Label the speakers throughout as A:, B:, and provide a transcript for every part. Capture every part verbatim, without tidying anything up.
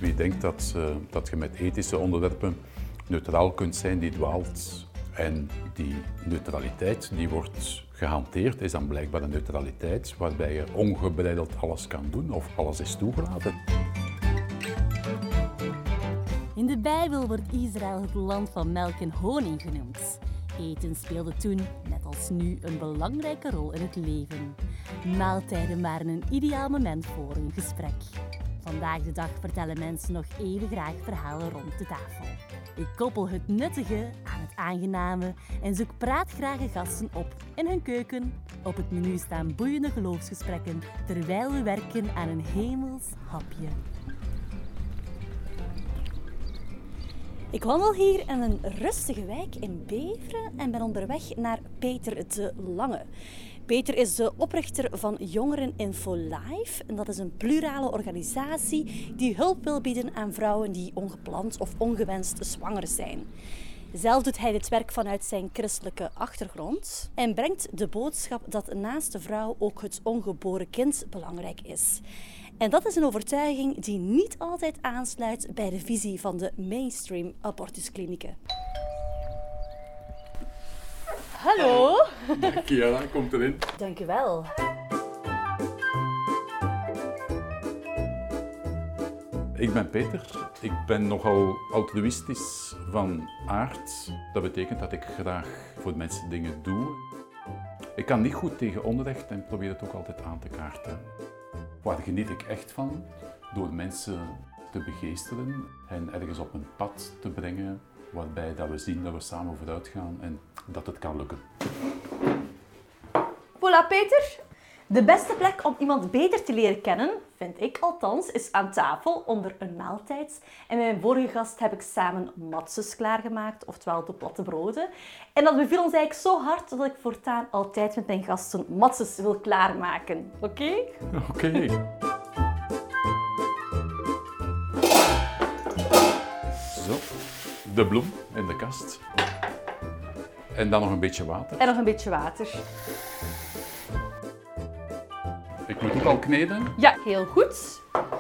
A: wie denkt dat, uh, dat je met ethische onderwerpen neutraal kunt zijn, die dwaalt. En die neutraliteit die wordt gehanteerd, is dan blijkbaar een neutraliteit waarbij je ongebreideld alles kan doen of alles is toegelaten.
B: In de Bijbel wordt Israël het land van melk en honing genoemd. Eten speelde toen, net als nu, een belangrijke rol in het leven. Maaltijden waren een ideaal moment voor een gesprek. Vandaag de dag vertellen mensen nog even graag verhalen rond de tafel. Ik koppel het nuttige aan het aangename en zoek praatgrage gasten op in hun keuken. Op het menu staan boeiende geloofsgesprekken terwijl we werken aan een hemels hapje. Ik wandel hier in een rustige wijk in Beveren en ben onderweg naar Peter de Lange. Peter is de oprichter van Jongereninfo Live. En dat is een plurale organisatie die hulp wil bieden aan vrouwen die ongepland of ongewenst zwanger zijn. Zelf doet hij dit werk vanuit zijn christelijke achtergrond en brengt de boodschap dat naast de vrouw ook het ongeboren kind belangrijk is. En dat is een overtuiging die niet altijd aansluit bij de visie van de mainstream abortusklinieken. Hallo.
A: Dank je, Jana, komt erin.
B: Dank je wel.
A: Ik ben Peter. Ik ben nogal altruïstisch van aard. Dat betekent dat ik graag voor mensen dingen doe. Ik kan niet goed tegen onrecht en probeer het ook altijd aan te kaarten. Waar geniet ik echt van? Door mensen te begeesteren en ergens op een pad te brengen waarbij dat we zien dat we samen vooruit gaan en dat het kan lukken.
B: Voilà, Peter. De beste plek om iemand beter te leren kennen, vind ik althans, is aan tafel onder een maaltijd. En met mijn vorige gast heb ik samen matzes klaargemaakt, oftewel de platte broden. En dat beviel ons eigenlijk zo hard dat ik voortaan altijd met mijn gasten matzes wil klaarmaken. Oké? Okay?
A: Oké. Okay. Zo, de bloem in de kast. En dan nog een beetje water.
B: En nog een beetje water.
A: Ik moet ook al kneden?
B: Ja, heel goed.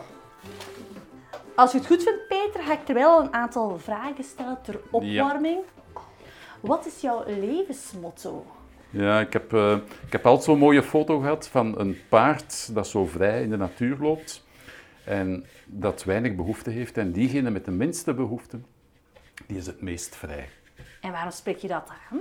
B: Als je het goed vindt, Peter, ga ik er wel een aantal vragen stellen ter opwarming. Ja. Wat is jouw levensmotto?
A: Ja, ik heb, uh, ik heb altijd zo'n mooie foto gehad van een paard dat zo vrij in de natuur loopt en dat weinig behoefte heeft. En diegene met de minste behoefte, die is het meest vrij.
B: En waarom spreek je dat aan?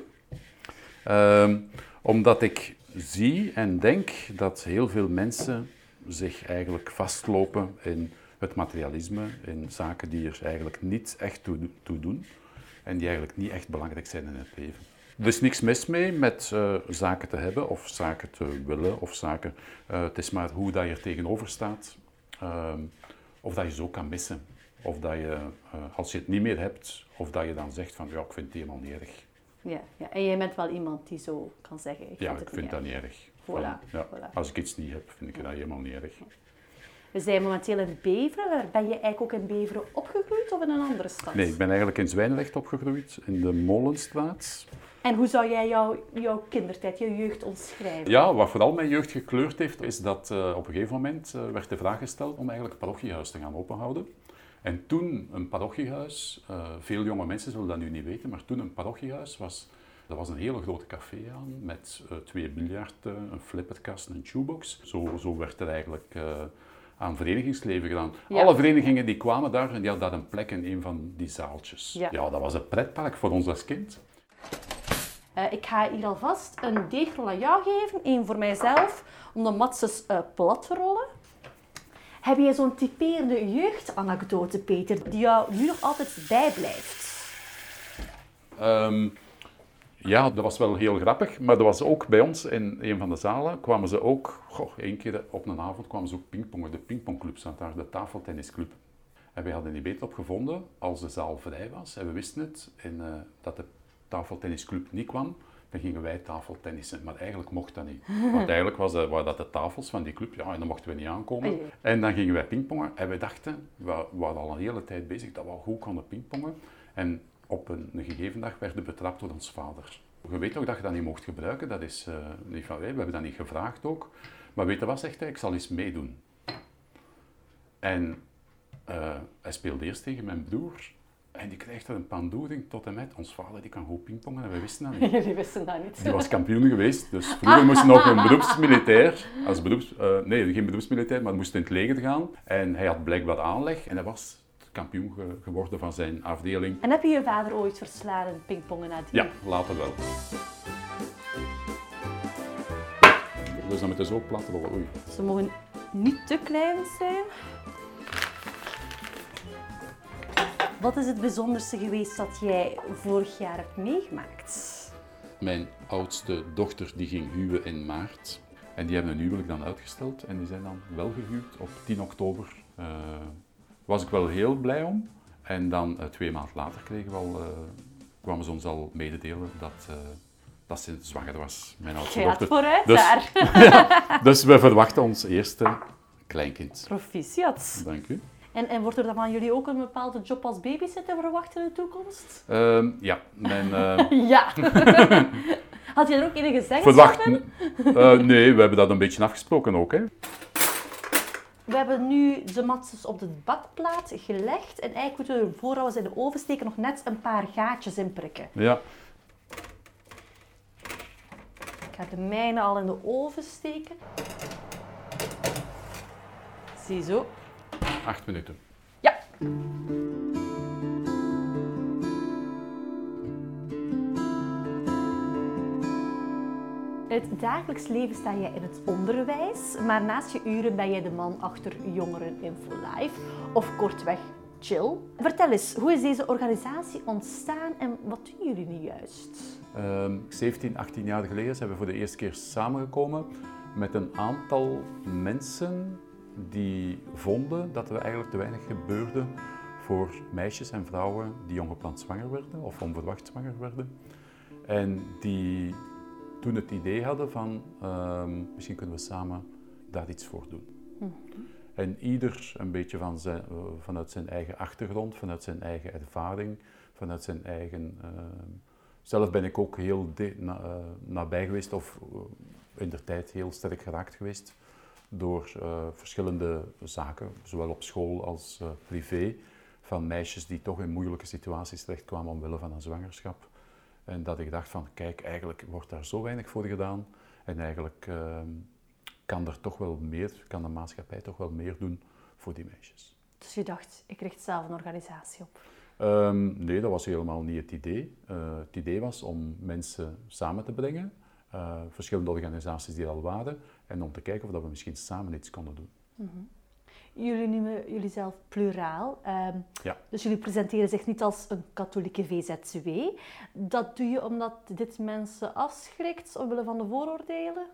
A: Uh, omdat ik zie en denk dat heel veel mensen zich eigenlijk vastlopen in het materialisme, in zaken die er eigenlijk niet echt toe, toe doen en die eigenlijk niet echt belangrijk zijn in het leven. Er is niks mis mee met uh, zaken te hebben of zaken te willen of zaken. Uh, het is maar hoe dat je er tegenover staat uh, of dat je zo kan missen. Of dat je, uh, als je het niet meer hebt, of dat je dan zegt van ja, ik vind het helemaal niet erg.
B: Ja, ja, en jij bent wel iemand die zo kan zeggen, ik
A: ja,
B: vind het
A: ik vind
B: niet
A: dat
B: erg.
A: niet erg.
B: Voilà,
A: Van, ja,
B: voilà.
A: Als ik iets niet heb, vind ik dat helemaal niet erg.
B: We zijn momenteel in Beveren. Ben je eigenlijk ook in Beveren opgegroeid of in een andere stad?
A: Nee, ik ben eigenlijk in Zwijnrecht opgegroeid, in de Molenstraat.
B: En hoe zou jij jouw, jouw kindertijd, je jeugd omschrijven?
A: Ja, wat vooral mijn jeugd gekleurd heeft, is dat uh, op een gegeven moment uh, werd de vraag gesteld om eigenlijk het parochiehuis te gaan openhouden. En toen een parochiehuis, uh, veel jonge mensen zullen dat nu niet weten, maar toen een parochiehuis was, er was een hele grote café aan met uh, twee biljarten, een flipperkast en een shoebox. Zo, zo werd er eigenlijk uh, aan verenigingsleven gedaan. Ja. Alle verenigingen die kwamen daar en die hadden daar een plek in een van die zaaltjes. Ja, ja dat was een pretpark voor ons als kind.
B: Uh, ik ga hier alvast een deegrol aan jou geven, één voor mijzelf, om de matzes uh, plat te rollen. Heb jij zo'n typerende jeugdanekdote, Peter, die jou nu nog altijd bijblijft?
A: Um, ja, dat was wel heel grappig, maar er was ook bij ons in een van de zalen, kwamen ze ook, goh, één keer op een avond kwamen ze ook pingpongen. De pingpongclub zat daar, de tafeltennisclub. En wij hadden niet beter op gevonden als de zaal vrij was, en we wisten het, en, uh, dat de tafeltennisclub niet kwam, dan gingen wij tafeltennissen. Maar eigenlijk mocht dat niet. Want eigenlijk was dat, waren dat de tafels van die club, ja, en dan mochten we niet aankomen. Oh, en dan gingen wij pingpongen en wij dachten, we waren al een hele tijd bezig, dat we goed konden pingpongen. En op een, een gegeven dag werden we betrapt door ons vader. Je weet ook dat je dat niet mocht gebruiken, dat is uh, niet van wij, we hebben dat niet gevraagd ook. Maar weet je wat, zegt hij, ik zal eens meedoen. En Uh, hij speelde eerst tegen mijn broer. En die krijgt er een pandoering tot en met. Ons vader die kan goed pingpongen en wij wisten dat niet.
B: Jullie wisten dat niet.
A: Die was kampioen geweest, dus vroeger moest nog een beroepsmilitair, als beroeps, uh, nee, geen beroepsmilitair, maar moest in het leger gaan. En hij had blijkbaar aanleg en hij was kampioen ge- geworden van zijn afdeling.
B: En heb je je vader ooit verslagen pingpongen nadien?
A: Ja, later wel. Dus dan moet je zo plat rollen. Oei.
B: Ze mogen niet te klein zijn. Wat is het bijzonderste geweest dat jij vorig jaar hebt meegemaakt?
A: Mijn oudste dochter die ging huwen in maart. En die hebben een huwelijk dan uitgesteld. En die zijn dan wel gehuwd op tien oktober. Uh, was ik wel heel blij om. En dan uh, twee maanden later kregen we al, uh, kwamen ze ons al mededelen dat, uh, dat ze zwanger was. Mijn oudste
B: Je
A: dochter.
B: gaat vooruit
A: dus,
B: daar.
A: Ja, dus we verwachten ons eerste kleinkind.
B: Proficiat.
A: Dank u.
B: En, en wordt er dan van jullie ook een bepaalde job als babysitter verwacht in de toekomst?
A: Uh, ja, mijn... Uh...
B: ja. Had je er ook enige zeggenschap
A: Verwacht...
B: in?
A: Uh, nee, we hebben dat een beetje afgesproken ook. Hè.
B: We hebben nu de matjes op de bakplaat gelegd. En eigenlijk moeten we er voordat we ze in de oven steken nog net een paar gaatjes in prikken.
A: Ja.
B: Ik ga de mijne al in de oven steken. Ziezo.
A: Acht minuten.
B: Ja. In het dagelijks leven sta jij in het onderwijs, maar naast je uren ben jij de man achter Jongeren Info Live, of kortweg Chill. Vertel eens, hoe is deze organisatie ontstaan en wat doen jullie nu juist?
A: Uh, zeventien, achttien jaar geleden zijn we voor de eerste keer samengekomen met een aantal mensen die vonden dat er eigenlijk te weinig gebeurde voor meisjes en vrouwen die ongepland zwanger werden of onverwacht zwanger werden. En die toen het idee hadden van uh, misschien kunnen we samen daar iets voor doen. Mm-hmm. En ieder een beetje van zijn, uh, vanuit zijn eigen achtergrond, vanuit zijn eigen ervaring, vanuit zijn eigen... Uh, zelf ben ik ook heel de, na, uh, nabij geweest of uh, in der tijd heel sterk geraakt geweest door uh, verschillende zaken, zowel op school als uh, privé, van meisjes die toch in moeilijke situaties terechtkwamen omwille van een zwangerschap. En dat ik dacht van, kijk, eigenlijk wordt daar zo weinig voor gedaan en eigenlijk uh, kan er toch wel meer, kan de maatschappij toch wel meer doen voor die meisjes.
B: Dus je dacht, ik richt zelf een organisatie op?
A: Um, nee, dat was helemaal niet het idee. Uh, het idee was om mensen samen te brengen, uh, verschillende organisaties die er al waren, en om te kijken of dat we misschien samen iets konden doen.
B: Mm-hmm. Jullie noemen jullie zelf pluraal, um,
A: ja.
B: Dus jullie presenteren zich niet als een katholieke V Z W. Dat doe je omdat dit mensen afschrikt omwille van de vooroordelen?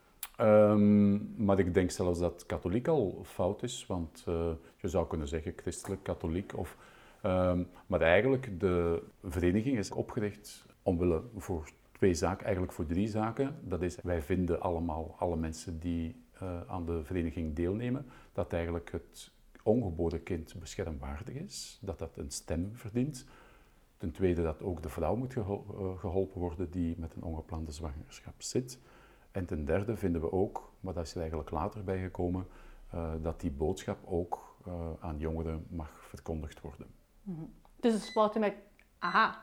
A: Um, maar ik denk zelfs dat katholiek al fout is, want uh, je zou kunnen zeggen christelijk, katholiek. Of, um, maar eigenlijk, de vereniging is opgericht omwille voor twee zaken, eigenlijk voor drie zaken. Dat is, wij vinden allemaal, alle mensen die uh, aan de vereniging deelnemen, dat eigenlijk het ongeboren kind beschermwaardig is, dat dat een stem verdient. Ten tweede dat ook de vrouw moet geholpen worden die met een ongeplande zwangerschap zit. En ten derde vinden we ook, maar dat is er eigenlijk later bij gekomen, uh, dat die boodschap ook uh, aan jongeren mag verkondigd worden.
B: Mm-hmm. Dus het spouten met, aha.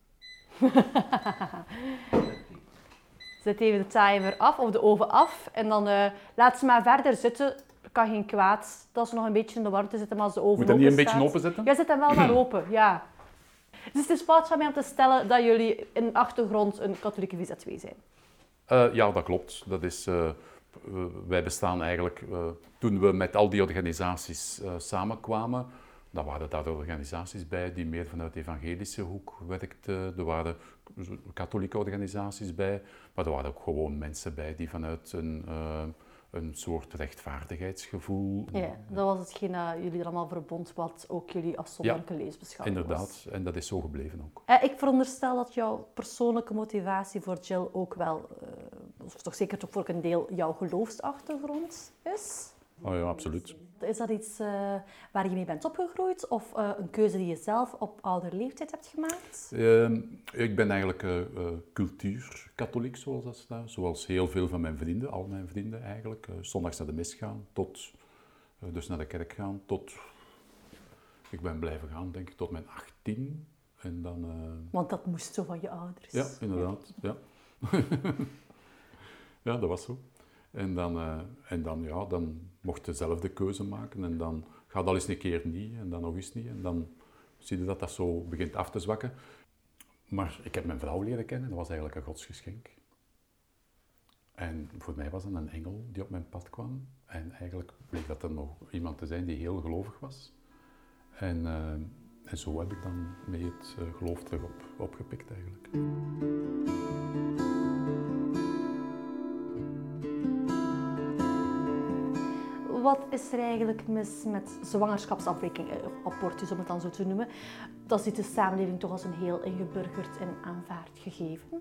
B: Zet even de timer af of de oven af en dan uh, laat ze maar verder zitten. Kan geen kwaad dat ze nog een beetje in de warmte zitten, maar als de oven
A: Moet dat niet een
B: staat,
A: beetje open zetten?
B: Ja, zet hem wel maar open, ja. Dus het is fout van mij om te stellen dat jullie in de achtergrond een katholieke V Z W zijn.
A: Uh, ja, dat klopt. Dat is, uh, uh, wij bestaan eigenlijk, uh, toen we met al die organisaties uh, samenkwamen, dan waren daar organisaties bij die meer vanuit de evangelische hoek werkten. Er waren katholieke organisaties bij, maar er waren ook gewoon mensen bij die vanuit een, uh, een soort rechtvaardigheidsgevoel...
B: Ja, dat was hetgeen dat jullie allemaal verbond, wat ook jullie afzonderlijke ja, leesbeschouwing was.
A: Inderdaad, en dat is zo gebleven ook.
B: Uh, ik veronderstel dat jouw persoonlijke motivatie voor Jill ook wel, uh, of toch zeker toch voor een deel, jouw geloofsachtergrond is?
A: Oh ja, absoluut.
B: Is dat iets uh, waar je mee bent opgegroeid of uh, een keuze die je zelf op oudere leeftijd hebt gemaakt?
A: Uh, ik ben eigenlijk uh, uh, cultuurkatholiek, zoals dat staat. Zoals heel veel van mijn vrienden, al mijn vrienden eigenlijk. Uh, zondags naar de mis gaan, tot, uh, dus naar de kerk gaan, tot Ik ben blijven gaan, denk ik, tot mijn achttien. En dan, uh...
B: Want dat moest zo van je ouders.
A: Ja, inderdaad. Ja, ja dat was zo. En dan, uh, en dan, ja, dan mocht je zelf de keuze maken. En dan gaat al eens een keer niet, en dan nog eens niet. En dan zie je dat dat zo begint af te zwakken. Maar ik heb mijn vrouw leren kennen, dat was eigenlijk een godsgeschenk. En voor mij was dat een engel die op mijn pad kwam. En eigenlijk bleek dat er nog iemand te zijn die heel gelovig was. En, uh, en zo heb ik dan mee het uh, geloof terug op, opgepikt eigenlijk.
B: Wat is er eigenlijk mis met zwangerschapsafbreking, abortus om het dan zo te noemen? Dat ziet de samenleving toch als een heel ingeburgerd en aanvaard gegeven?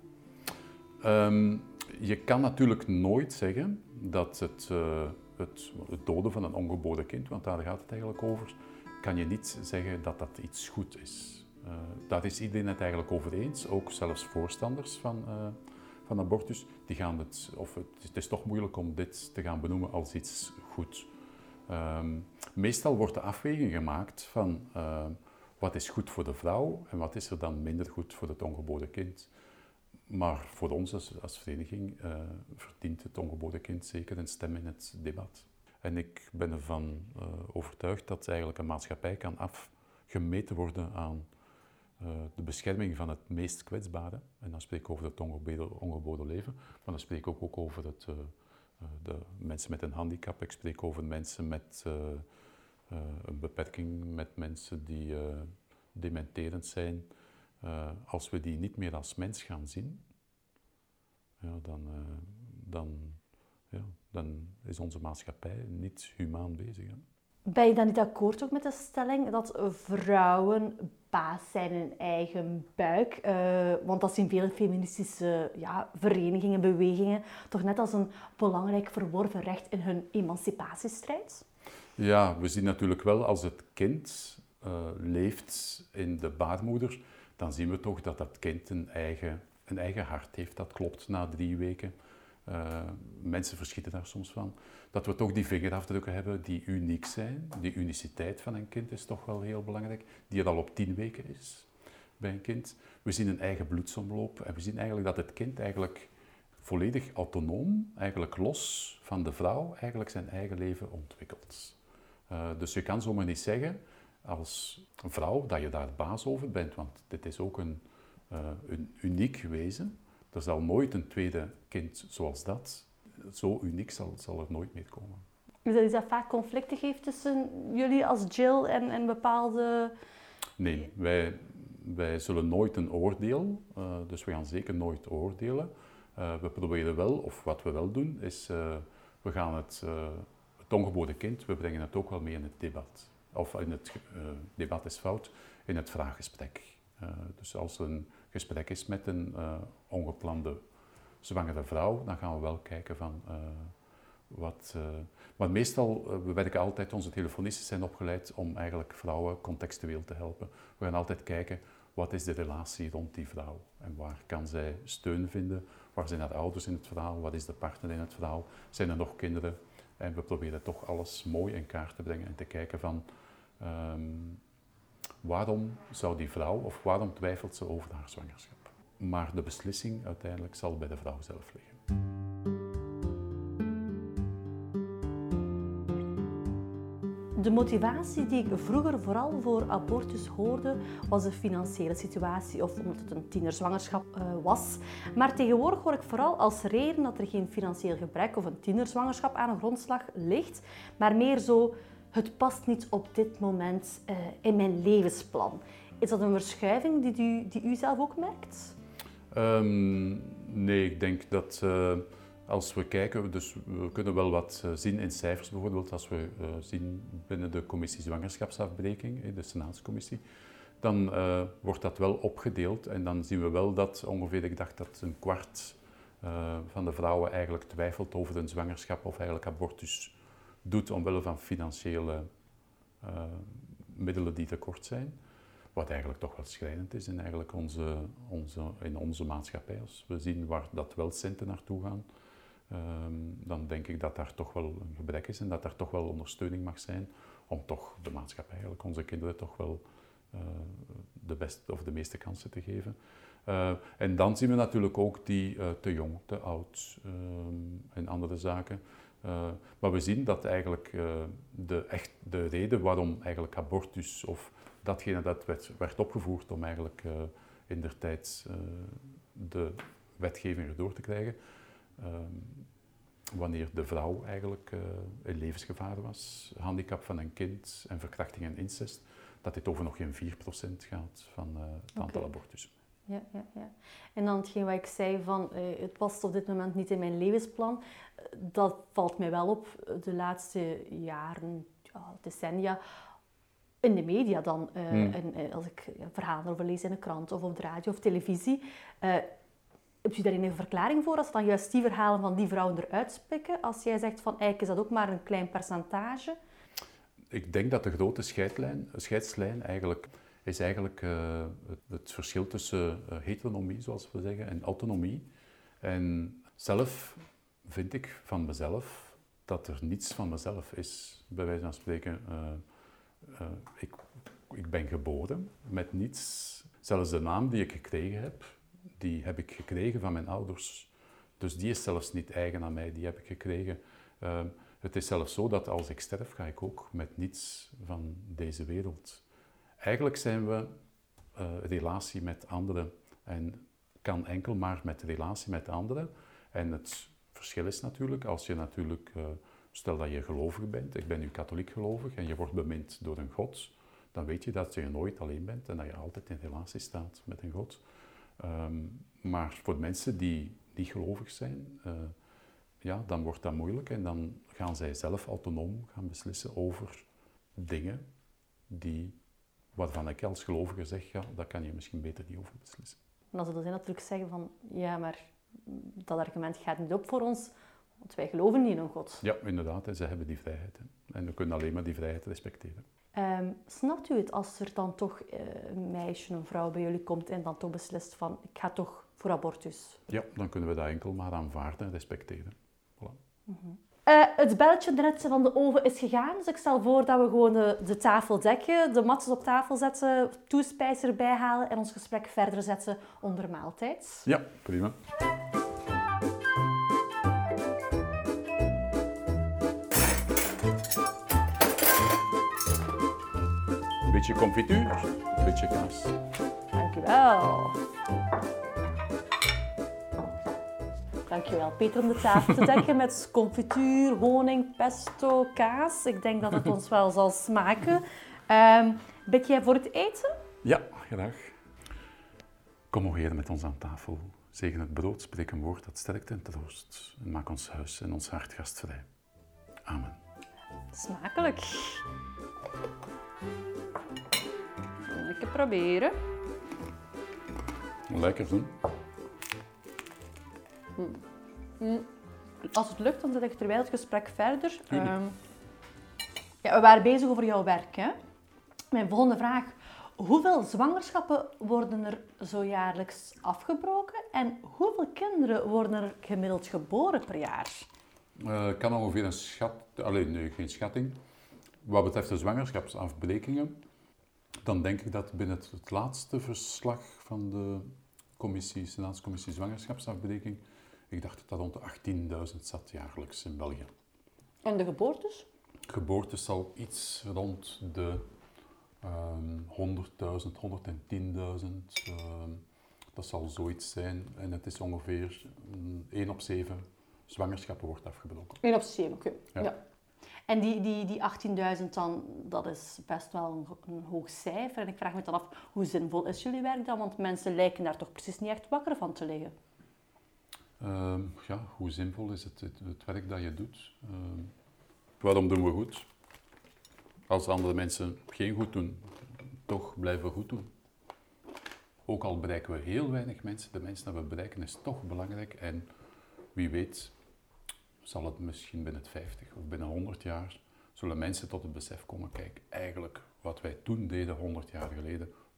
A: Um, je kan natuurlijk nooit zeggen dat het, uh, het, het doden van een ongeboren kind, want daar gaat het eigenlijk over, kan je niet zeggen dat dat iets goed is. Uh, daar is iedereen het eigenlijk over eens, ook zelfs voorstanders van, uh, van abortus, die gaan het, of het, het is toch moeilijk om dit te gaan benoemen als iets goed. Um, meestal wordt de afweging gemaakt van uh, wat is goed voor de vrouw en wat is er dan minder goed voor het ongeboren kind. Maar voor ons als, als vereniging uh, verdient het ongeboren kind zeker een stem in het debat. En ik ben ervan uh, overtuigd dat eigenlijk een maatschappij kan afgemeten worden aan uh, de bescherming van het meest kwetsbare. En dan spreek ik over het ongeboren, ongeboren leven, maar dan spreek ik ook, ook over het, uh, de mensen met een handicap. Ik spreek over mensen met uh, uh, een beperking, met mensen die uh, dementerend zijn. Uh, als we die niet meer als mens gaan zien, ja, dan, uh, dan, ja, dan is onze maatschappij niet humaan bezig. Hè.
B: Ben je dan niet akkoord ook met de stelling dat vrouwen baas zijn in hun eigen buik? Uh, want dat zien veel feministische ja, verenigingen, bewegingen, toch net als een belangrijk verworven recht in hun emancipatiestrijd?
A: Ja, we zien natuurlijk wel als het kind uh, leeft in de baarmoeder, dan zien we toch dat dat kind een eigen, een eigen hart heeft. Dat klopt na drie weken. Uh, mensen verschieten daar soms van. Dat we toch die vingerafdrukken hebben die uniek zijn. Die uniciteit van een kind is toch wel heel belangrijk. Die er al op tien weken is bij een kind. We zien een eigen bloedsomloop. En we zien eigenlijk dat het kind eigenlijk volledig autonoom, eigenlijk los van de vrouw, eigenlijk zijn eigen leven ontwikkelt. Uh, dus je kan zomaar niet zeggen als een vrouw dat je daar baas over bent, want dit is ook een, uh, een uniek wezen. Er zal nooit een tweede kind zoals dat, zo uniek zal, zal er nooit meer komen.
B: Is dat iets dat vaak conflicten geeft tussen jullie als Jill en, en bepaalde...
A: Nee, wij, wij zullen nooit een oordeel, uh, dus we gaan zeker nooit oordelen. Uh, we proberen wel, of wat we wel doen, is uh, we gaan het, uh, het ongeboren kind, we brengen het ook wel mee in het debat. Of in het uh, debat is fout, in het vraaggesprek. Uh, dus als er een gesprek is met een uh, ongeplande zwangere vrouw, dan gaan we wel kijken van uh, wat... Uh, maar meestal, uh, we werken altijd, onze telefonisten zijn opgeleid om eigenlijk vrouwen contextueel te helpen. We gaan altijd kijken, wat is de relatie rond die vrouw? En waar kan zij steun vinden? Waar zijn haar ouders in het verhaal? Wat is de partner in het verhaal? Zijn er nog kinderen? En we proberen toch alles mooi in kaart te brengen en te kijken van... Um, waarom zou die vrouw, of waarom twijfelt ze over haar zwangerschap? Maar de beslissing uiteindelijk zal bij de vrouw zelf liggen.
B: De motivatie die ik vroeger vooral voor abortus hoorde, was de financiële situatie of omdat het een tienerzwangerschap uh, was. Maar tegenwoordig hoor ik vooral als reden dat er geen financieel gebrek of een tienerzwangerschap aan de grondslag ligt, maar meer zo, het past niet op dit moment uh, in mijn levensplan. Is dat een verschuiving die u, die u zelf ook merkt?
A: Um, nee, ik denk dat... Uh... Als we kijken, dus we kunnen wel wat zien in cijfers bijvoorbeeld, als we uh, zien binnen de commissie zwangerschapsafbreking, de Senaatscommissie, dan uh, wordt dat wel opgedeeld en dan zien we wel dat ongeveer, ik dacht dat een kwart uh, van de vrouwen eigenlijk twijfelt over een zwangerschap of eigenlijk abortus doet omwille van financiële uh, middelen die tekort zijn. Wat eigenlijk toch wel schrijnend is in, eigenlijk onze, onze, in onze maatschappij. Als we zien waar dat wel centen naartoe gaan, Um, dan denk ik dat daar toch wel een gebrek is en dat er toch wel ondersteuning mag zijn om toch de maatschappij, eigenlijk onze kinderen, toch wel uh, de beste of de meeste kansen te geven. Uh, en dan zien we natuurlijk ook die uh, te jong, te oud um, en andere zaken. Uh, maar we zien dat eigenlijk uh, de, echt de reden waarom eigenlijk abortus of datgene dat werd, werd opgevoerd om eigenlijk uh, indertijds uh, de wetgeving erdoor te krijgen, uh, wanneer de vrouw eigenlijk uh, in levensgevaar was, handicap van een kind en verkrachting en incest, dat dit over nog geen vier procent gaat van uh, het okay. aantal abortussen.
B: Ja, ja, ja. En dan hetgeen wat ik zei van, uh, het past op dit moment niet in mijn levensplan, dat valt mij wel op de laatste jaren, ja, decennia, in de media dan. Uh, hmm. en, uh, als ik verhalen over lees in de krant of op de radio of televisie, uh, heb je daarin een verklaring voor als dan juist die verhalen van die vrouwen eruit spikken? Als jij zegt van, eigenlijk is dat ook maar een klein percentage?
A: Ik denk dat de grote scheidlijn, scheidslijn eigenlijk... is eigenlijk uh, het, het verschil tussen uh, heteronomie, zoals we zeggen, en autonomie. En zelf vind ik van mezelf dat er niets van mezelf is. Bij wijze van spreken, uh, uh, ik, ik ben geboren met niets. Zelfs de naam die ik gekregen heb, die heb ik gekregen van mijn ouders. Dus die is zelfs niet eigen aan mij, die heb ik gekregen. Uh, het is zelfs zo dat als ik sterf, ga ik ook met niets van deze wereld. Eigenlijk zijn we uh, relatie met anderen en kan enkel maar met relatie met anderen. En het verschil is natuurlijk, als je natuurlijk, uh, stel dat je gelovig bent, ik ben nu katholiek gelovig en je wordt bemind door een God, dan weet je dat je nooit alleen bent en dat je altijd in relatie staat met een God. Um, maar voor mensen die niet gelovig zijn, uh, ja, dan wordt dat moeilijk en dan gaan zij zelf autonoom gaan beslissen over dingen die... waarvan ik als gelovige zeg, ja, daar kan je misschien beter niet over beslissen.
B: En dan zullen zij natuurlijk zeggen van, ja, maar dat argument gaat niet op voor ons, want wij geloven niet in een God.
A: Ja, inderdaad, en ze hebben die vrijheid. Hè. En we kunnen alleen maar die vrijheid respecteren.
B: Um, snapt u het als er dan toch uh, een meisje, een vrouw bij jullie komt en dan toch beslist van, ik ga toch voor abortus?
A: Ja, dan kunnen we dat enkel maar aanvaarden en respecteren. Voilà.
B: Mm-hmm. Uh, het belletje net van de oven is gegaan, dus ik stel voor dat we gewoon de, de tafel dekken, de matjes op tafel zetten, toespijs erbij halen en ons gesprek verder zetten onder maaltijd.
A: Ja, prima. Een beetje confituur, een beetje kaas.
B: Dank u wel. Dankjewel, Peter, om de tafel te dekken met confituur, honing, pesto, kaas. Ik denk dat het ons wel zal smaken. Um, bid jij voor het eten?
A: Ja, graag. Kom, o Heer, met ons aan tafel. Zegen het brood, spreek een woord dat sterkt en troost. En maak ons huis en ons hart gastvrij. Amen.
B: Smakelijk. Lekker proberen.
A: Lekker doen.
B: Mm. Mm. Als het lukt, dan zet ik terwijl het gesprek verder. Um, ja, we waren bezig over jouw werk, hè? Mijn volgende vraag. Hoeveel zwangerschappen worden er zo jaarlijks afgebroken en hoeveel kinderen worden er gemiddeld geboren per jaar?
A: Uh, ik kan ongeveer een schat... Alleen, nee, geen schatting. Wat betreft de zwangerschapsafbrekingen, dan denk ik dat binnen het, het laatste verslag van de commissie, Senaatscommissie Zwangerschapsafbreking, ik dacht dat dat rond de achttienduizend zat jaarlijks in België.
B: En de geboortes?
A: Geboortes zal iets rond de um, honderdduizend, honderdtienduizend, um, dat zal zoiets zijn. En het is ongeveer um, één op zeven zwangerschappen wordt afgebroken.
B: één op zeven, oké. Okay.
A: Ja.
B: Ja. En die, die, die achttienduizend dan, dat is best wel een, een hoog cijfer. En ik vraag me dan af, hoe zinvol is jullie werk dan? Want mensen lijken daar toch precies niet echt wakker van te liggen.
A: Uh, ja, hoe zinvol is het, het, het werk dat je doet? Uh, waarom doen we goed? Als andere mensen geen goed doen, toch blijven we goed doen. Ook al bereiken we heel weinig mensen, de mensen die we bereiken is toch belangrijk. En wie weet, zal het misschien binnen vijftig of binnen honderd jaar, zullen mensen tot het besef komen, kijk, eigenlijk wat wij toen deden, honderd jaar geleden,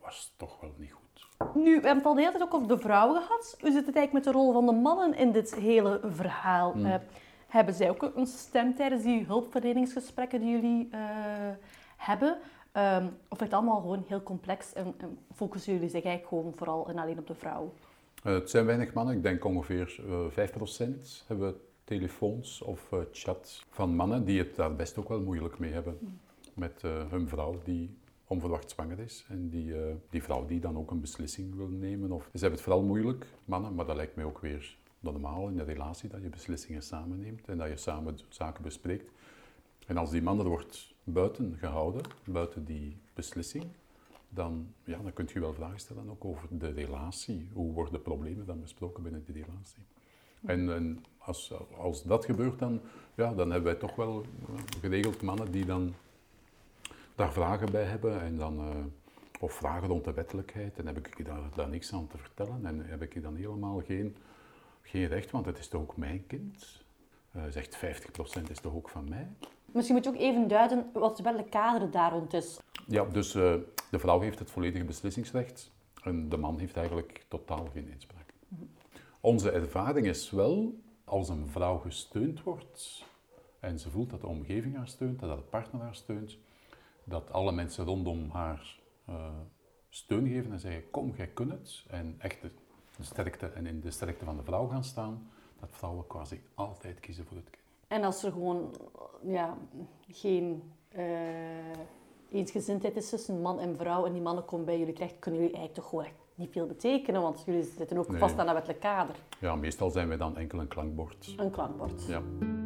A: was toch wel niet goed.
B: Nu, we hebben het al de hele tijd ook over de vrouwen gehad. Hoe zit het eigenlijk met de rol van de mannen in dit hele verhaal? Hmm. Uh, hebben zij ook een stem tijdens die hulpverleningsgesprekken die jullie uh, hebben? Um, of is het allemaal gewoon heel complex en, en focussen jullie zich eigenlijk gewoon vooral en alleen op de vrouw?
A: Uh, het zijn weinig mannen, ik denk ongeveer uh, vijf procent hebben telefoons of uh, chat van mannen die het daar best ook wel moeilijk mee hebben. Hmm. Met uh, hun vrouw die onverwacht zwanger is en die, uh, die vrouw die dan ook een beslissing wil nemen. Of, ze hebben het vooral moeilijk, mannen, maar dat lijkt mij ook weer normaal in een relatie, dat je beslissingen samen neemt en dat je samen zaken bespreekt. En als die man er wordt buiten gehouden, buiten die beslissing, dan, ja, dan kun je wel vragen stellen ook over de relatie. Hoe worden de problemen dan besproken binnen die relatie? En, en als, als dat gebeurt, dan, ja, dan hebben wij toch wel geregeld mannen die dan daar vragen bij hebben. En dan, uh, of vragen rond de wettelijkheid. En heb ik daar, daar niks aan te vertellen. En heb ik dan helemaal geen, geen recht, want het is toch ook mijn kind. Uh, zegt vijftig procent is toch ook van mij.
B: Misschien moet je ook even duiden wat het wettelijk kader daar rond is.
A: Ja, dus uh, de vrouw heeft het volledige beslissingsrecht. En de man heeft eigenlijk totaal geen inspraak. Mm-hmm. Onze ervaring is wel, als een vrouw gesteund wordt en ze voelt dat de omgeving haar steunt, dat de partner haar steunt, dat alle mensen rondom haar uh, steun geven en zeggen, kom, jij kunt het. En echt de, de sterkte en in de sterkte van de vrouw gaan staan, dat vrouwen quasi altijd kiezen voor het kind.
B: En als er gewoon ja, geen uh, eensgezindheid is tussen man en vrouw en die mannen komen bij jullie terecht, kunnen jullie eigenlijk toch gewoon echt niet veel betekenen, want jullie zitten ook nee. vast aan dat wettelijk kader.
A: Ja, meestal zijn wij dan enkel een klankbord.
B: Een klankbord.
A: Ja.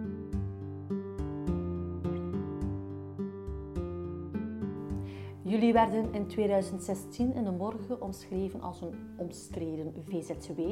B: Jullie werden in tweeduizend zestien in de Morgen omschreven als een omstreden V Z W.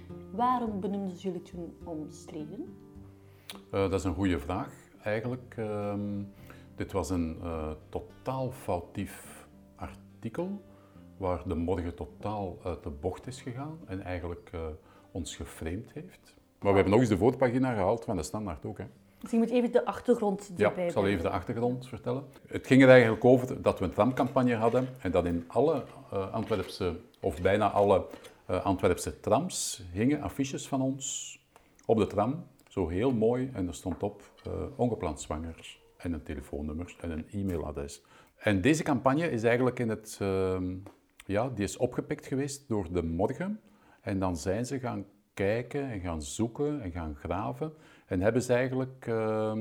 B: Waarom benoemden ze jullie toen omstreden?
A: Uh, dat is een goede vraag, eigenlijk. Uh, dit was een uh, totaal foutief artikel, waar de Morgen totaal uit de bocht is gegaan en eigenlijk uh, ons geframed heeft. Maar we hebben nog eens de voorpagina gehaald van de Standaard ook. Hè.
B: Misschien moet je even de achtergrond erbij
A: Ja, ik zal even de achtergrond vertellen. Het ging er eigenlijk over dat we een tramcampagne hadden en dat in alle uh, Antwerpse, of bijna alle uh, Antwerpse trams, hingen affiches van ons op de tram. Zo heel mooi en er stond op uh, ongepland zwanger en een telefoonnummer en een e-mailadres. En deze campagne is eigenlijk in het, uh, ja, die is opgepikt geweest door de Morgen. En dan zijn ze gaan kijken en gaan zoeken en gaan graven. En hebben ze eigenlijk uh,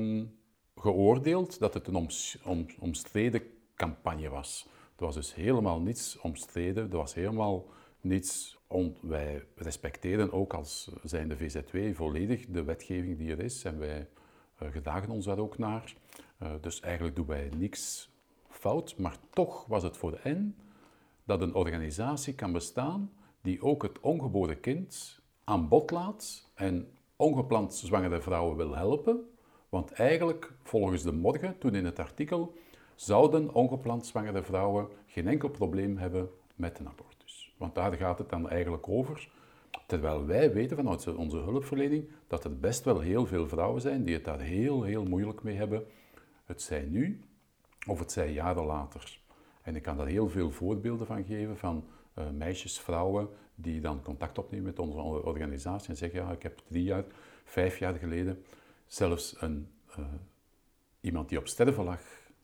A: geoordeeld dat het een oms, om, omstreden campagne was. Er was dus helemaal niets omstreden, er was helemaal niets. On, wij respecteren ook als zijnde V Z W volledig de wetgeving die er is en wij uh, gedragen ons daar ook naar. Uh, dus eigenlijk doen wij niks fout, maar toch was het voor hen dat een organisatie kan bestaan die ook het ongeboren kind aan bod laat en ongepland zwangere vrouwen wil helpen. Want eigenlijk, volgens de Morgen, toen in het artikel, zouden ongepland zwangere vrouwen geen enkel probleem hebben met een abortus. Want daar gaat het dan eigenlijk over. Terwijl wij weten vanuit onze hulpverlening dat er best wel heel veel vrouwen zijn die het daar heel, heel moeilijk mee hebben. Het zij nu of het zij jaren later. En ik kan daar heel veel voorbeelden van geven van uh, meisjes, vrouwen die dan contact opnemen met onze organisatie en zeggen, ja, ik heb drie jaar, vijf jaar geleden zelfs een, uh, iemand die op sterven lag,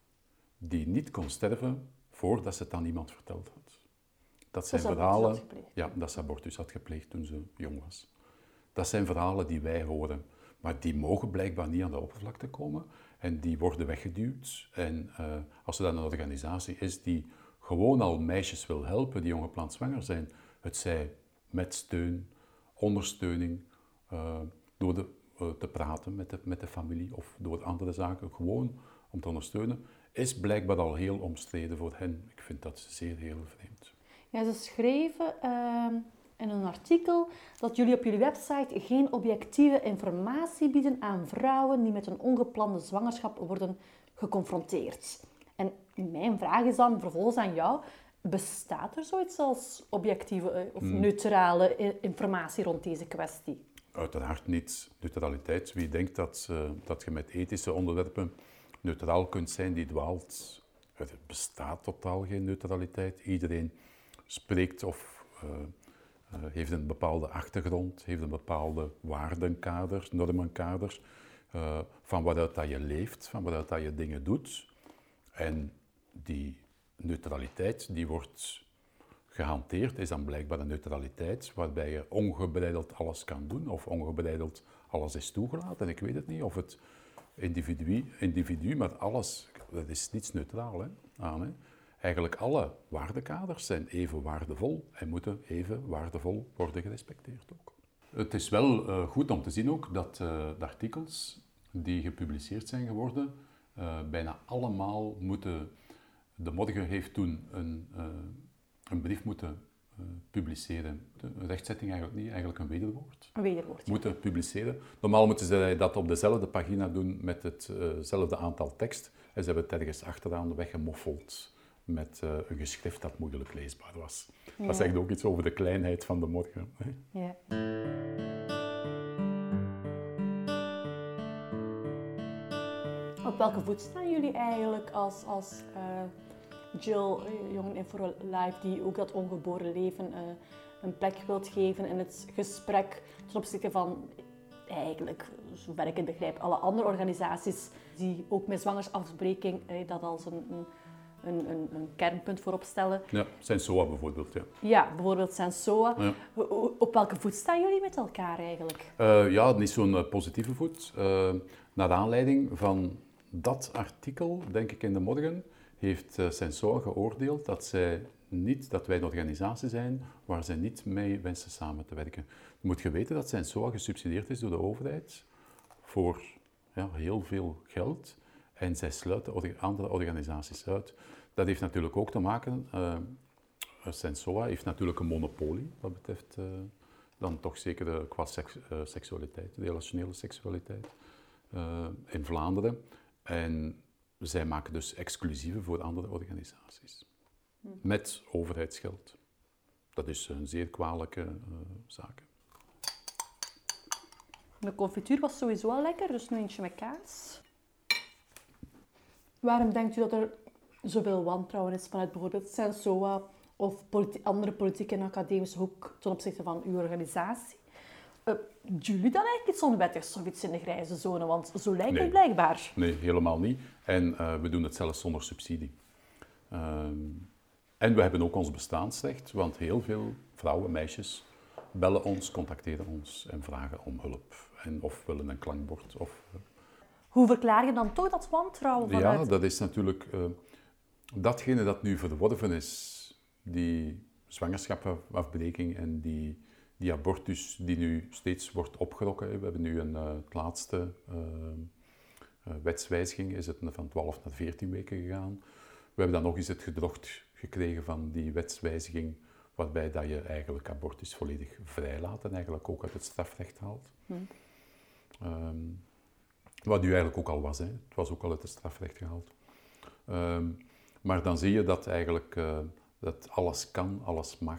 A: die niet kon sterven voordat ze het aan iemand verteld had. Dat zijn
B: dat
A: verhalen, ja, dat ze abortus had gepleegd toen ze jong was. Dat zijn verhalen die wij horen, maar die mogen blijkbaar niet aan de oppervlakte komen en die worden weggeduwd. En uh, als er dan een organisatie is die gewoon al meisjes wil helpen die ongepland zwanger zijn, het zij met steun, ondersteuning, uh, door de, uh, te praten met de, met de familie of door andere zaken, gewoon om te ondersteunen, is blijkbaar al heel omstreden voor hen. Ik vind dat zeer heel vreemd.
B: Ja, ze schreven uh, in een artikel dat jullie op jullie website geen objectieve informatie bieden aan vrouwen die met een ongeplande zwangerschap worden geconfronteerd. En mijn vraag is dan vervolgens aan jou, bestaat er zoiets als objectieve of hmm. neutrale informatie rond deze kwestie?
A: Uiteraard niet. Neutraliteit. Wie denkt dat, uh, dat je met ethische onderwerpen neutraal kunt zijn, die dwaalt. Er bestaat totaal geen neutraliteit. Iedereen spreekt of uh, uh, heeft een bepaalde achtergrond, heeft een bepaalde waardenkader, normenkader, uh, van waaruit dat je leeft, van waaruit dat je dingen doet. En die neutraliteit die wordt gehanteerd, is dan blijkbaar een neutraliteit waarbij je ongebreideld alles kan doen of ongebreideld alles is toegelaten. Ik weet het niet of het individu, individu maar alles, dat is niets neutraal hè, aan. Hè. Eigenlijk alle waardekaders zijn even waardevol en moeten even waardevol worden gerespecteerd ook. Het is wel uh, goed om te zien ook dat uh, de artikels die gepubliceerd zijn geworden, uh, bijna allemaal moeten... De Morgen heeft toen een, uh, een brief moeten uh, publiceren. Een rechtzetting eigenlijk niet, eigenlijk een wederwoord.
B: Een wederwoord, ja.
A: Moeten publiceren. Normaal moeten ze dat op dezelfde pagina doen met hetzelfde uh aantal tekst. En ze hebben het ergens achteraan weggemoffeld met uh, een geschrift dat moeilijk leesbaar was. Ja. Dat zegt ook iets over de kleinheid van de Morgen. Hè?
B: Ja. Op welke voet staan jullie eigenlijk als, als uh, Jill, Jongeren in for Life, die ook dat ongeboren leven uh, een plek wilt geven in het gesprek ten opzichte van eigenlijk, zover ik het begrijp, alle andere organisaties die ook met zwangerschapsafbreking uh, dat als een, een, een, een, een kernpunt voorop stellen.
A: Ja, Sensoa bijvoorbeeld. Ja,
B: ja bijvoorbeeld Sensoa.
A: Ja.
B: Op welke voet staan jullie met elkaar eigenlijk?
A: Uh, ja, niet zo'n uh, positieve voet. Uh, naar aanleiding van dat artikel, denk ik in de Morgen, heeft uh, Sensoa geoordeeld dat, zij niet, dat wij een organisatie zijn waar zij niet mee wensen samen te werken. Je moet je weten dat Sensoa gesubsidieerd is door de overheid voor ja, heel veel geld en zij sluiten andere organisaties uit. Dat heeft natuurlijk ook te maken, uh, Sensoa heeft natuurlijk een monopolie wat betreft uh, dan toch zeker uh, qua seks, uh, seksualiteit, de relationele seksualiteit uh, in Vlaanderen. En zij maken dus exclusieve voor andere organisaties. Hm. Met overheidsgeld. Dat is een zeer kwalijke uh, zaak.
B: De confituur was sowieso al lekker, dus nu eentje met kaas. Waarom denkt u dat er zoveel wantrouwen is vanuit bijvoorbeeld Sensoa of politi- andere politieke en academische hoek ten opzichte van uw organisatie? Uh, doen jullie dan eigenlijk iets onwettigs of iets in de grijze zone? Want zo lijkt
A: nee.
B: het blijkbaar.
A: Nee, helemaal niet. En uh, we doen het zelfs zonder subsidie. Um, en we hebben ook ons bestaansrecht, want heel veel vrouwen, meisjes, bellen ons, contacteren ons en vragen om hulp. En of willen een klankbord. Of, uh...
B: Hoe verklaar je dan toch dat wantrouwen vanuit?
A: Ja, dat is natuurlijk uh, datgene dat nu verworven is, die zwangerschapsafbreking en die... Die abortus die nu steeds wordt opgerokken. We hebben nu een, uh, het laatste uh, uh, wetswijziging, is het van twaalf naar veertien weken gegaan. We hebben dan nog eens het gedrocht gekregen van die wetswijziging, waarbij dat je eigenlijk abortus volledig vrijlaat en eigenlijk ook uit het strafrecht haalt. Hmm. Um, wat nu eigenlijk ook al was, hè. Het was ook al uit het strafrecht gehaald. Um, maar dan zie je dat eigenlijk uh, dat alles kan, alles mag.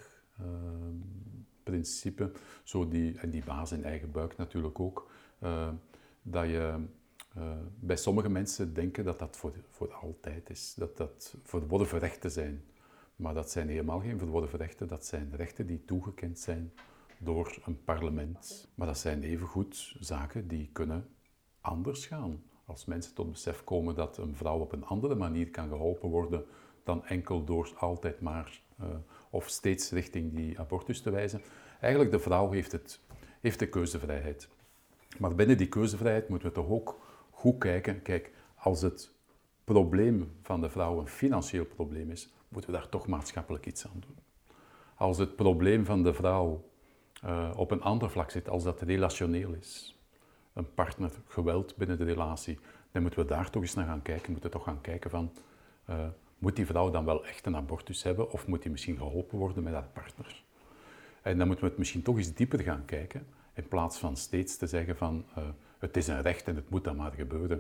A: Um, principe, zo die, en die baas in eigen buik natuurlijk ook, uh, dat je uh, bij sommige mensen denken dat dat voor, voor altijd is, dat dat verworven rechten zijn. Maar dat zijn helemaal geen verworven rechten, dat zijn rechten die toegekend zijn door een parlement. Maar dat zijn evengoed zaken die kunnen anders gaan. Als mensen tot besef komen dat een vrouw op een andere manier kan geholpen worden dan enkel door altijd maar uh, of steeds richting die abortus te wijzen. Eigenlijk, de vrouw heeft, het, heeft de keuzevrijheid. Maar binnen die keuzevrijheid moeten we toch ook goed kijken. Kijk, als het probleem van de vrouw een financieel probleem is, moeten we daar toch maatschappelijk iets aan doen. Als het probleem van de vrouw uh, op een ander vlak zit, als dat relationeel is, een partner, geweld binnen de relatie, dan moeten we daar toch eens naar gaan kijken. We moeten toch gaan kijken van... Uh, Moet die vrouw dan wel echt een abortus hebben of moet die misschien geholpen worden met haar partner? En dan moeten we het misschien toch eens dieper gaan kijken, in plaats van steeds te zeggen van uh, het is een recht en het moet dan maar gebeuren.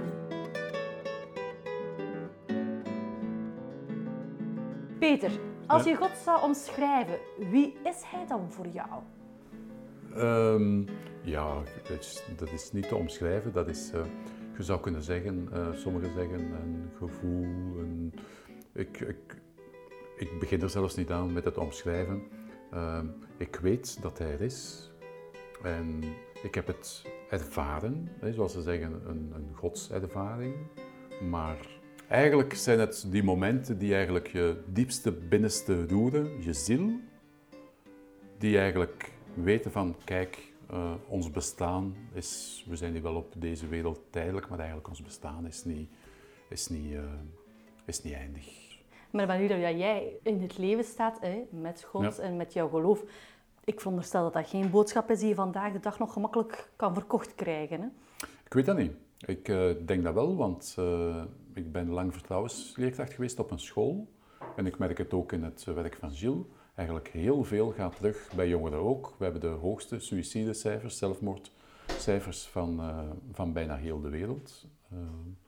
B: Peter, als je God zou omschrijven, wie is hij dan voor jou?
A: Um, ja, dat is, dat is niet te omschrijven. Dat is, uh, je zou kunnen zeggen, uh, sommigen zeggen een gevoel. Een, ik, ik, ik begin er zelfs niet aan met het omschrijven. Uh, ik weet dat hij er is. En ik heb het ervaren, hè, zoals ze zeggen, een, een godservaring. Maar eigenlijk zijn het die momenten die eigenlijk je diepste, binnenste roeren, je ziel, die eigenlijk weten van, kijk, uh, ons bestaan is, we zijn hier wel op deze wereld tijdelijk, maar eigenlijk ons bestaan is niet, is niet, uh, is niet eindig.
B: Maar de manier dat jij in het leven staat, hè, met God ja. en met jouw geloof, ik veronderstel dat dat geen boodschap is die je vandaag de dag nog gemakkelijk kan verkocht krijgen. Hè?
A: Ik weet dat niet. Ik uh, denk dat wel, want uh, ik ben lang vertrouwensleerkracht geweest op een school. En ik merk het ook in het werk van Gilles. Eigenlijk heel veel gaat terug bij jongeren ook. We hebben de hoogste suïcidecijfers, zelfmoordcijfers van, uh, van bijna heel de wereld. Uh,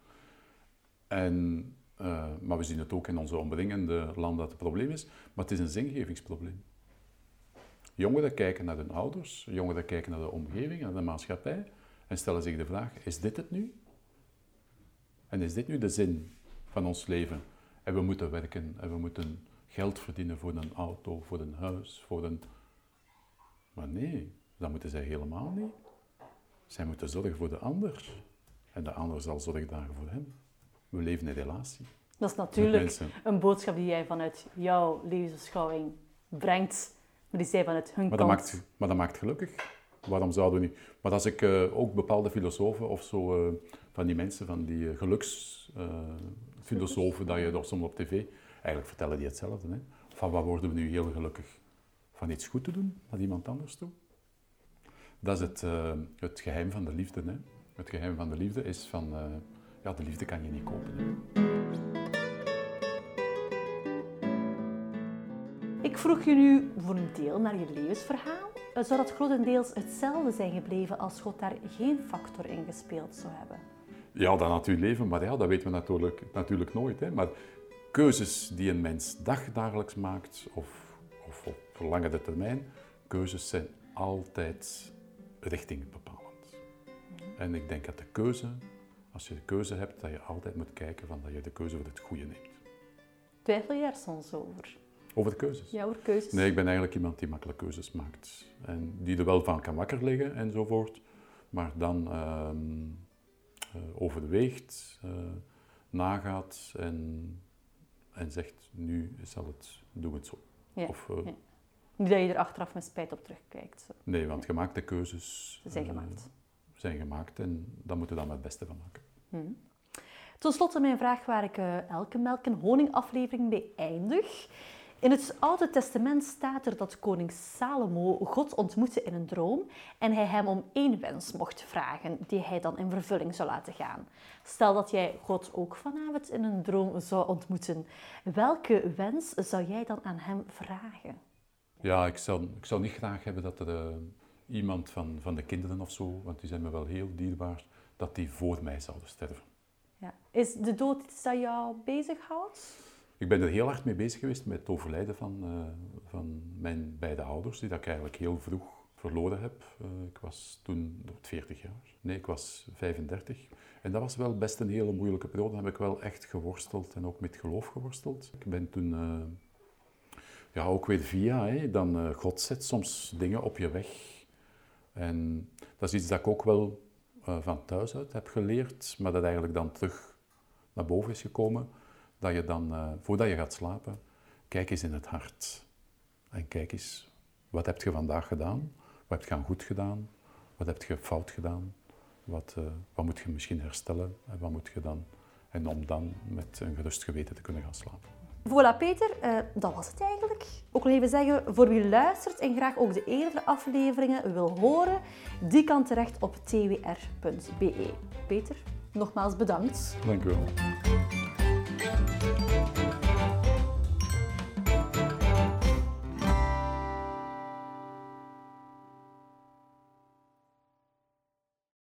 A: en, uh, maar we zien het ook in onze omringende landen dat het probleem is. Maar het is een zingevingsprobleem. Jongeren kijken naar hun ouders, jongeren kijken naar de omgeving, naar de maatschappij en stellen zich de vraag, is dit het nu? En is dit nu de zin van ons leven? En we moeten werken en we moeten geld verdienen voor een auto, voor een huis, voor een... Maar nee, dat moeten zij helemaal niet. Zij moeten zorgen voor de ander. En de ander zal zorgen dragen voor hem. We leven in relatie.
B: Dat is natuurlijk een boodschap die jij vanuit jouw levensbeschouwing brengt. Maar die zij vanuit hun
A: maar
B: kant...
A: Dat maakt, maar dat maakt gelukkig. Waarom zouden we niet? Maar als ik uh, ook bepaalde filosofen of zo, uh, van die mensen, van die uh, geluksfilosofen, uh, dat je soms op tv, eigenlijk vertellen die hetzelfde. Hè? Van wat worden we nu heel gelukkig? Van iets goed te doen naar iemand anders toe? Dat is het, uh, het geheim van de liefde. Hè? Het geheim van de liefde is van, uh, ja, de liefde kan je niet kopen. Hè?
B: Ik vroeg je nu voor een deel naar je levensverhaal. Zou dat grotendeels hetzelfde zijn gebleven als God daar geen factor in gespeeld zou hebben?
A: Ja, dat natuurlijk leven, maar ja, dat weten we natuurlijk, natuurlijk nooit. Hè. Maar keuzes die een mens dagdagelijks maakt, of, of op langere termijn, keuzes zijn altijd richtingbepalend. Mm-hmm. En ik denk dat de keuze, als je de keuze hebt, dat je altijd moet kijken van dat je de keuze voor het goede neemt.
B: Twijfel je er soms over?
A: Over de keuzes?
B: Ja, over keuzes.
A: Nee, ik ben eigenlijk iemand die makkelijk keuzes maakt. En die er wel van kan wakker liggen enzovoort. Maar dan uh, uh, overweegt, uh, nagaat en, en zegt, nu zal het, doe het zo.
B: Ja,
A: of, uh,
B: ja. Niet dat je er achteraf met spijt op terugkijkt. Zo.
A: Nee, want gemaakte keuzes
B: zijn
A: uh,
B: gemaakt.
A: zijn gemaakt en daar moeten we dan het beste van maken.
B: Hmm. Ten slotte mijn vraag waar ik uh, elke melk en honing aflevering mee eindig. In het Oude Testament staat er dat koning Salomo God ontmoette in een droom en hij hem om één wens mocht vragen die hij dan in vervulling zou laten gaan. Stel dat jij God ook vanavond in een droom zou ontmoeten. Welke wens zou jij dan aan hem vragen?
A: Ja, ik zou, ik zou niet graag hebben dat er uh, iemand van, van de kinderen of zo, want die zijn me wel heel dierbaar, dat die voor mij zouden sterven.
B: Ja. Is de dood iets dat jou bezighoudt?
A: Ik ben er heel hard mee bezig geweest met het overlijden van, uh, van mijn beide ouders, die dat ik eigenlijk heel vroeg verloren heb. Uh, ik was toen veertig jaar. Nee, ik was vijfendertig. En dat was wel best een hele moeilijke periode. Dan heb ik wel echt geworsteld en ook met geloof geworsteld. Ik ben toen, uh, ja, ook weer via, hè, dan uh, God zet soms dingen op je weg. En dat is iets dat ik ook wel uh, van thuis uit heb geleerd, maar dat eigenlijk dan terug naar boven is gekomen. Dat je dan, uh, voordat je gaat slapen, kijk eens in het hart. En kijk eens, wat heb je vandaag gedaan? Wat heb je goed gedaan? Wat heb je fout gedaan? Wat, uh, wat moet je misschien herstellen? En wat moet je dan? En om dan met een gerust geweten te kunnen gaan slapen.
B: Voilà Peter, uh, dat was het eigenlijk. Ook nog even zeggen, voor wie luistert en graag ook de eerdere afleveringen wil horen, die kan terecht op t w r punt b e. Peter, nogmaals bedankt.
A: Dank u wel.